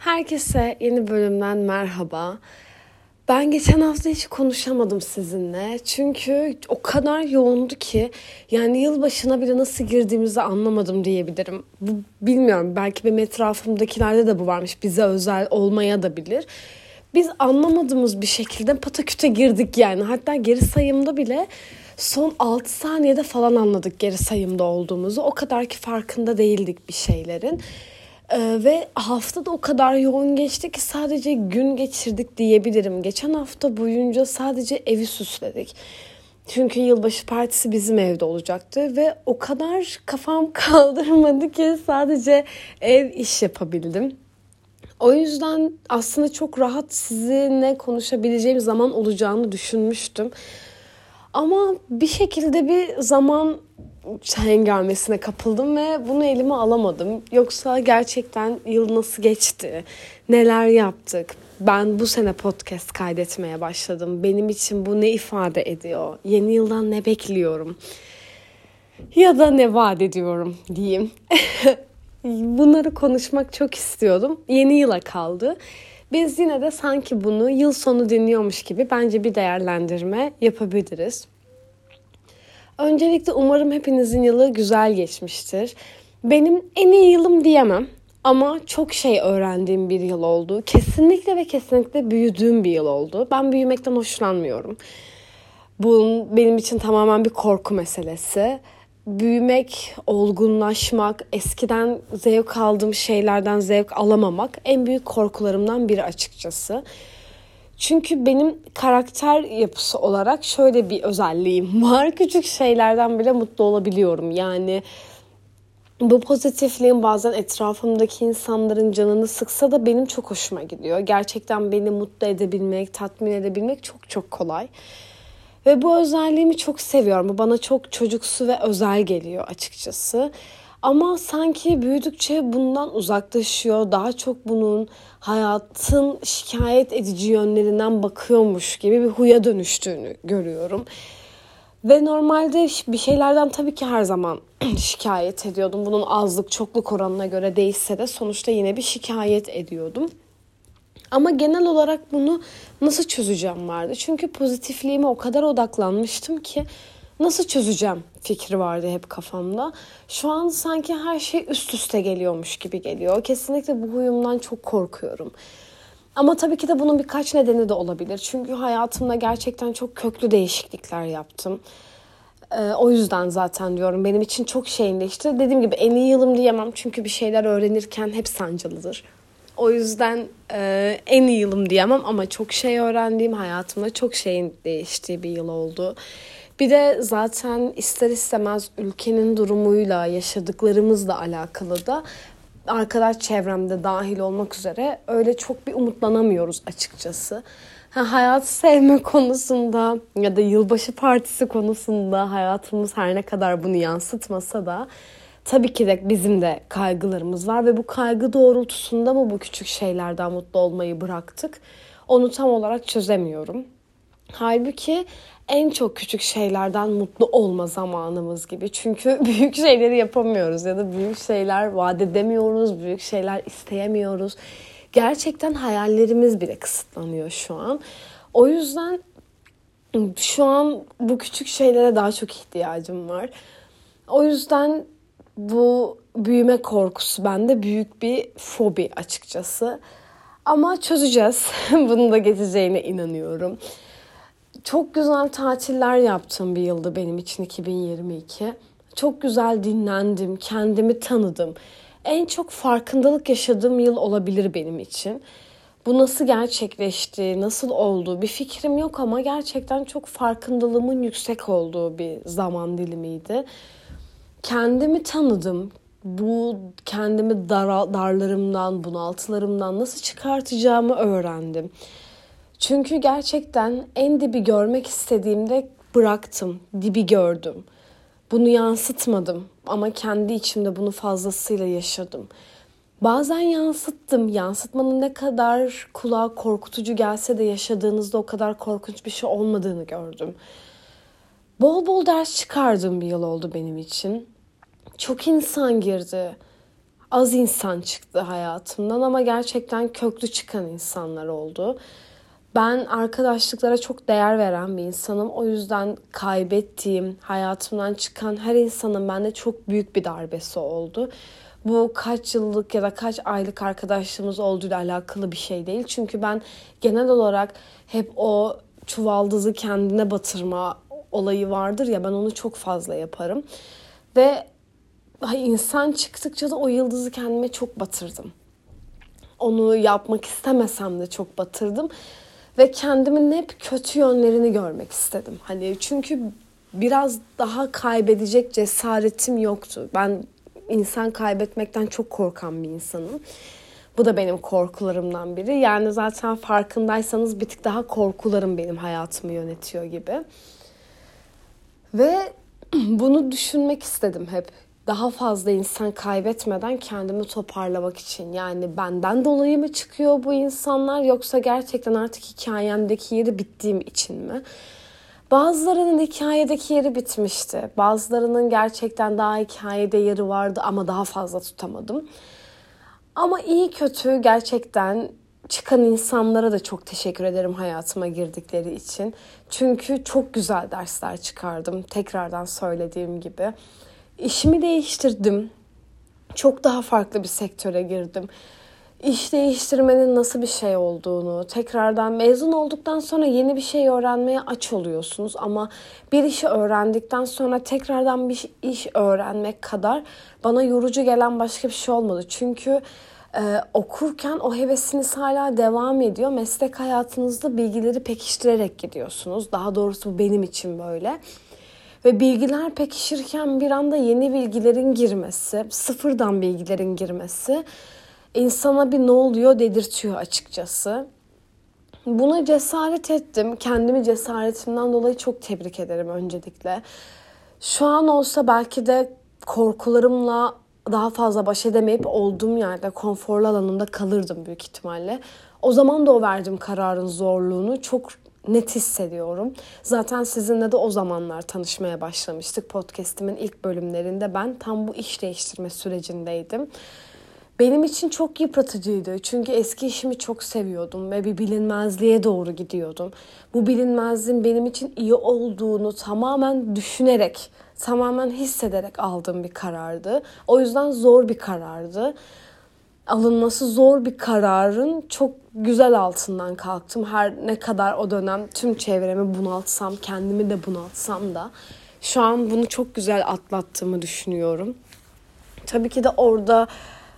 Herkese yeni bölümden merhaba. Ben geçen hafta hiç konuşamadım sizinle. Çünkü o kadar yoğundu ki yani yılbaşına bile nasıl girdiğimizi anlamadım diyebilirim. Bilmiyorum, belki benim etrafımdakilerde de bu varmış. Bize özel olmaya da bilir. Biz anlamadığımız bir şekilde pataküte girdik yani. Hatta geri sayımda bile son 6 saniyede falan anladık geri sayımda olduğumuzu. O kadar ki farkında değildik bir şeylerin. Ve hafta da o kadar yoğun geçti ki sadece gün geçirdik diyebilirim. Geçen hafta boyunca sadece evi süsledik. Çünkü yılbaşı partisi bizim evde olacaktı ve o kadar kafam kaldırmadı ki sadece ev iş yapabildim. O yüzden aslında çok rahat sizinle konuşabileceğim zaman olacağını düşünmüştüm. Ama bir şekilde bir zaman hengamesine kapıldım ve bunu elime alamadım. Yoksa gerçekten yıl nasıl geçti, neler yaptık? Ben bu sene podcast kaydetmeye başladım. Benim için bu ne ifade ediyor? Yeni yıldan ne bekliyorum? Ya da ne vaat ediyorum diyeyim. Bunları konuşmak çok istiyordum. Yeni yıla kaldı. Biz yine de sanki bunu yıl sonu dinliyormuş gibi bence bir değerlendirme yapabiliriz. Öncelikle umarım hepinizin yılı güzel geçmiştir. Benim en iyi yılım diyemem ama çok şey öğrendiğim bir yıl oldu. Kesinlikle ve kesinlikle büyüdüğüm bir yıl oldu. Ben büyümekten hoşlanmıyorum. Bu benim için tamamen bir korku meselesi. Büyümek, olgunlaşmak, eskiden zevk aldığım şeylerden zevk alamamak en büyük korkularımdan biri açıkçası. Çünkü benim karakter yapısı olarak şöyle bir özelliğim var. Küçük şeylerden bile mutlu olabiliyorum. Yani bu pozitifliğin bazen etrafımdaki insanların canını sıksa da benim çok hoşuma gidiyor. Gerçekten beni mutlu edebilmek, tatmin edebilmek çok çok kolay. Ve bu özelliğimi çok seviyorum. Bu bana çok çocuksu ve özel geliyor açıkçası. Ama sanki büyüdükçe bundan uzaklaşıyor. Daha çok bunun hayatın şikayet edici yönlerinden bakıyormuş gibi bir huya dönüştüğünü görüyorum. Ve normalde bir şeylerden tabii ki her zaman şikayet ediyordum. Bunun azlık çokluk oranına göre değişse de sonuçta yine bir şikayet ediyordum. Ama genel olarak bunu nasıl çözeceğim vardı. Çünkü pozitifliğime o kadar odaklanmıştım ki nasıl çözeceğim fikri vardı hep kafamda. Şu an sanki her şey üst üste geliyormuş gibi geliyor. Kesinlikle bu huyumdan çok korkuyorum. Ama tabii ki de bunun birkaç nedeni de olabilir. Çünkü hayatımda gerçekten çok köklü değişiklikler yaptım. O yüzden zaten diyorum benim için çok şeyin değişti. Dediğim gibi en iyi yılım diyemem çünkü bir şeyler öğrenirken hep sancılıdır. O yüzden en iyi yılım diyemem ama çok şey öğrendiğim, hayatımda çok şeyin değiştiği bir yıl oldu. Bir de zaten ister istemez ülkenin durumuyla, yaşadıklarımızla alakalı da arkadaş çevremde dahil olmak üzere öyle çok bir umutlanamıyoruz açıkçası. Hayatı sevme konusunda ya da yılbaşı partisi konusunda hayatımız her ne kadar bunu yansıtmasa da tabii ki de bizim de kaygılarımız var ve bu kaygı doğrultusunda mı bu küçük şeylerden mutlu olmayı bıraktık? Onu tam olarak çözemiyorum. Halbuki en çok küçük şeylerden mutlu olma zamanımız gibi. Çünkü büyük şeyleri yapamıyoruz ya da büyük şeyler vaat edemiyoruz, büyük şeyler isteyemiyoruz. Gerçekten hayallerimiz bile kısıtlanıyor şu an. O yüzden şu an bu küçük şeylere daha çok ihtiyacım var. O yüzden bu büyüme korkusu bende büyük bir fobi açıkçası. Ama çözeceğiz. Bunun da geçeceğine inanıyorum. Çok güzel tatiller yaptığım bir yıldı benim için 2022. Çok güzel dinlendim, kendimi tanıdım. En çok farkındalık yaşadığım yıl olabilir benim için. Bu nasıl gerçekleşti, nasıl oldu bir fikrim yok ama gerçekten çok farkındalığımın yüksek olduğu bir zaman dilimiydi. Kendimi tanıdım. Bu kendimi darlarımdan, bunaltılarımdan nasıl çıkartacağımı öğrendim. Çünkü gerçekten en dibi görmek istediğimde bıraktım, dibi gördüm. Bunu yansıtmadım ama kendi içimde bunu fazlasıyla yaşadım. Bazen yansıttım. Yansıtmanın ne kadar kulağa korkutucu gelse de yaşadığınızda o kadar korkunç bir şey olmadığını gördüm. Bol bol ders çıkardığım bir yıl oldu benim için. Çok insan girdi Az insan çıktı hayatımdan ama gerçekten köklü çıkan insanlar oldu. Ben arkadaşlıklara çok değer veren bir insanım. O yüzden kaybettiğim, hayatımdan çıkan her insanın bende çok büyük bir darbesi oldu. Bu kaç yıllık ya da kaç aylık arkadaşlığımız olduğuyla alakalı bir şey değil. Çünkü ben genel olarak hep o çuvaldızı kendine batırma olayı vardır ya, ben onu çok fazla yaparım. Ve insan çıktıkça da o yıldızı kendime çok batırdım. Onu yapmak istemesem de çok batırdım. Ve kendimin hep kötü yönlerini görmek istedim. Hani çünkü biraz daha kaybedecek cesaretim yoktu. Ben insan kaybetmekten çok korkan bir insanım. Bu da benim korkularımdan biri. Yani zaten farkındaysanız bir tık daha korkularım benim hayatımı yönetiyor gibi. Ve bunu düşünmek istedim hep. Daha fazla insan kaybetmeden kendimi toparlamak için. Yani benden dolayı mı çıkıyor bu insanlar, yoksa gerçekten artık hikayemdeki yeri bittiğim için mi? Bazılarının hikayedeki yeri bitmişti. Bazılarının gerçekten daha hikayede yeri vardı ama daha fazla tutamadım. Ama iyi kötü gerçekten çıkan insanlara da çok teşekkür ederim hayatıma girdikleri için. Çünkü çok güzel dersler çıkardım. Tekrardan söylediğim gibi. İşimi değiştirdim. Çok daha farklı bir sektöre girdim. İş değiştirmenin nasıl bir şey olduğunu, tekrardan mezun olduktan sonra yeni bir şey öğrenmeye aç oluyorsunuz. Ama bir işi öğrendikten sonra tekrardan bir iş öğrenmek kadar bana yorucu gelen başka bir şey olmadı. Çünkü okurken o hevesiniz hala devam ediyor. Meslek hayatınızda bilgileri pekiştirerek gidiyorsunuz. Daha doğrusu bu benim için böyle. Ve bilgiler pekişirken bir anda yeni bilgilerin girmesi, sıfırdan bilgilerin girmesi insana bir ne oluyor dedirtiyor açıkçası. Buna cesaret ettim. Kendimi cesaretimden dolayı çok tebrik ederim öncelikle. Şu an olsa belki de korkularımla daha fazla baş edemeyip olduğum yerde, konforlu alanımda kalırdım büyük ihtimalle. O zaman da o verdiğim kararın zorluğunu çok net hissediyorum. Zaten sizinle de o zamanlar tanışmaya başlamıştık. Podcast'imin ilk bölümlerinde ben tam bu iş değiştirme sürecindeydim. Benim için çok yıpratıcıydı. Çünkü eski işimi çok seviyordum ve bir bilinmezliğe doğru gidiyordum. Bu bilinmezliğin benim için iyi olduğunu tamamen düşünerek, tamamen hissederek aldığım bir karardı. O yüzden zor bir karardı. Alınması zor bir kararın çok güzel altından kalktım. Her ne kadar o dönem tüm çevremi bunaltsam, kendimi de bunaltsam da şu an bunu çok güzel atlattığımı düşünüyorum. Tabii ki de orada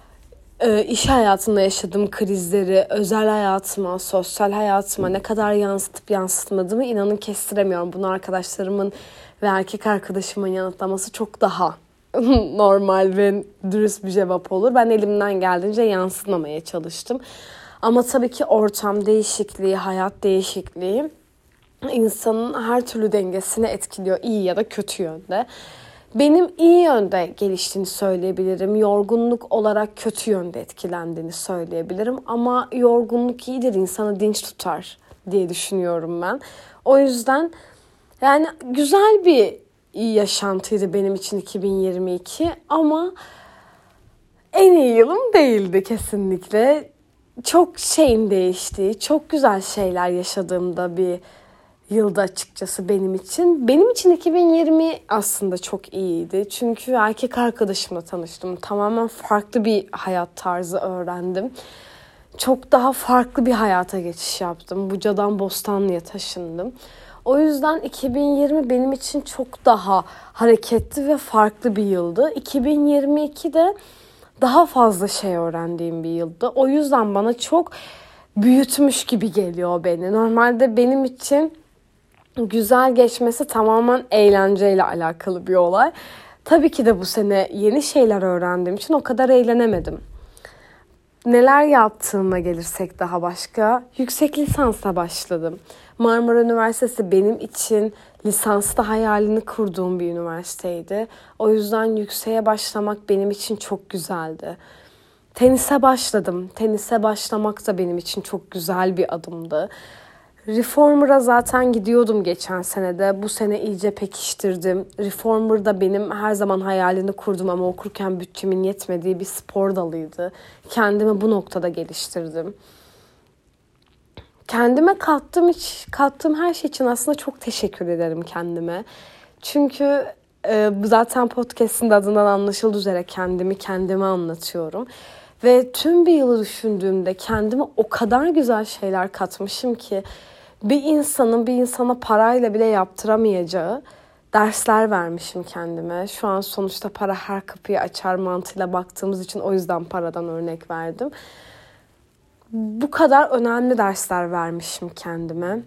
iş hayatında yaşadığım krizleri özel hayatıma, sosyal hayatıma ne kadar yansıtıp yansıtmadığımı inanın kestiremiyorum. Bunu arkadaşlarımın ve erkek arkadaşımın yanıtlaması çok daha normal ve dürüst bir cevap olur. Ben elimden geldiğince yansıtmamaya çalıştım. Ama tabii ki ortam değişikliği, hayat değişikliği insanın her türlü dengesini etkiliyor, iyi ya da kötü yönde. Benim iyi yönde geliştiğini söyleyebilirim. Yorgunluk olarak kötü yönde etkilendiğini söyleyebilirim. Ama yorgunluk iyidir, insanı dinç tutar diye düşünüyorum ben. O yüzden yani güzel bir yaşantıydı benim için 2022 ama en iyi yılım değildi kesinlikle. Çok şeyin değiştiği, çok güzel şeyler yaşadığımda bir yılda açıkçası benim için. Benim için 2020 aslında çok iyiydi. Çünkü erkek arkadaşımla tanıştım. Tamamen farklı bir hayat tarzı öğrendim. Çok daha farklı bir hayata geçiş yaptım. Buca'dan Bostanlı'ya taşındım. O yüzden 2020 benim için çok daha hareketli ve farklı bir yıldı. 2022 de daha fazla şey öğrendiğim bir yıldı. O yüzden bana çok büyütmüş gibi geliyor beni. Normalde benim için güzel geçmesi tamamen eğlenceyle alakalı bir olay. Tabii ki de bu sene yeni şeyler öğrendiğim için o kadar eğlenemedim. Neler yaptığıma gelirsek daha başka. Yüksek lisansa başladım. Marmara Üniversitesi benim için lisansta hayalini kurduğum bir üniversiteydi. O yüzden yükseğe başlamak benim için çok güzeldi. Tenise başladım. Tenise başlamak da benim için çok güzel bir adımdı. Reformer'a zaten gidiyordum geçen senede. Bu sene iyice pekiştirdim. Reformer da benim her zaman hayalini kurdum ama okurken bütçemin yetmediği bir spor dalıydı. Kendimi bu noktada geliştirdim. Kendime kattığım her şey için aslında çok teşekkür ederim kendime. Çünkü zaten podcast'ın adından anlaşıldığı üzere kendime anlatıyorum. Ve tüm bir yılı düşündüğümde kendime o kadar güzel şeyler katmışım ki bir insana parayla bile yaptıramayacağı dersler vermişim kendime. Şu an sonuçta para her kapıyı açar mantığıyla baktığımız için o yüzden paradan örnek verdim. Bu kadar önemli dersler vermişim kendime.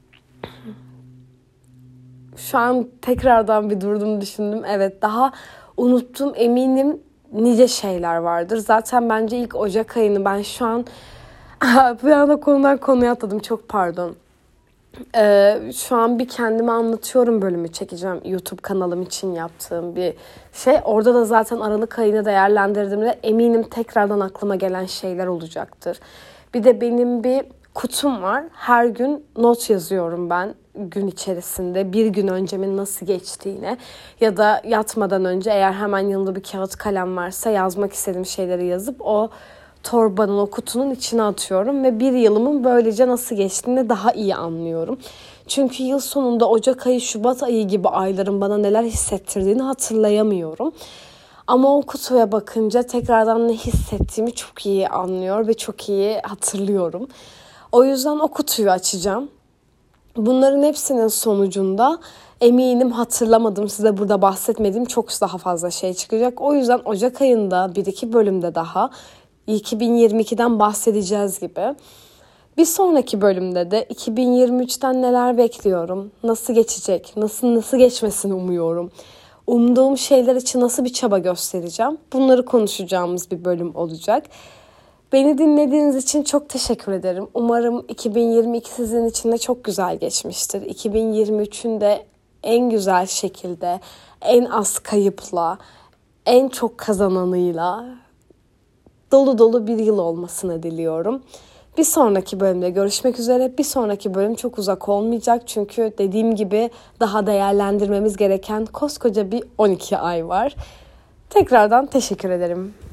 Şu an tekrardan bir durdum düşündüm. Evet, daha unuttum eminim nice şeyler vardır. Zaten bence ilk Ocak ayını ben şu an bir anda konudan konuya atladım, çok pardon. Şu an bir kendime anlatıyorum bölümü çekeceğim. YouTube kanalım için yaptığım bir şey. Orada da zaten Aralık ayını değerlendirdiğimde eminim tekrardan aklıma gelen şeyler olacaktır. Bir de benim bir kutum var. Her gün not yazıyorum ben gün içerisinde. Bir gün öncemin nasıl geçtiğine ya da yatmadan önce eğer hemen yanımda bir kağıt kalem varsa yazmak istediğim şeyleri yazıp o torbanın, o kutunun içine atıyorum ve bir yılımın böylece nasıl geçtiğini daha iyi anlıyorum. Çünkü yıl sonunda Ocak ayı, Şubat ayı gibi ayların bana neler hissettirdiğini hatırlayamıyorum. Ama o kutuya bakınca tekrardan ne hissettiğimi çok iyi anlıyor ve çok iyi hatırlıyorum. O yüzden o kutuyu açacağım. Bunların hepsinin sonucunda eminim hatırlamadım, size burada bahsetmediğim çok daha fazla şey çıkacak. O yüzden Ocak ayında 1-2 bölümde daha 2022'den bahsedeceğiz gibi. Bir sonraki bölümde de 2023'ten neler bekliyorum, nasıl geçecek, nasıl geçmesini umuyorum, umduğum şeyler için nasıl bir çaba göstereceğim, bunları konuşacağımız bir bölüm olacak. Beni dinlediğiniz için çok teşekkür ederim. Umarım 2022 sizin için de çok güzel geçmiştir. 2023'ün de en güzel şekilde, en az kayıpla, en çok kazananıyla dolu dolu bir yıl olmasını diliyorum. Bir sonraki bölümde görüşmek üzere. Bir sonraki bölüm çok uzak olmayacak. Çünkü dediğim gibi daha değerlendirmemiz gereken koskoca bir 12 ay var. Tekrardan teşekkür ederim.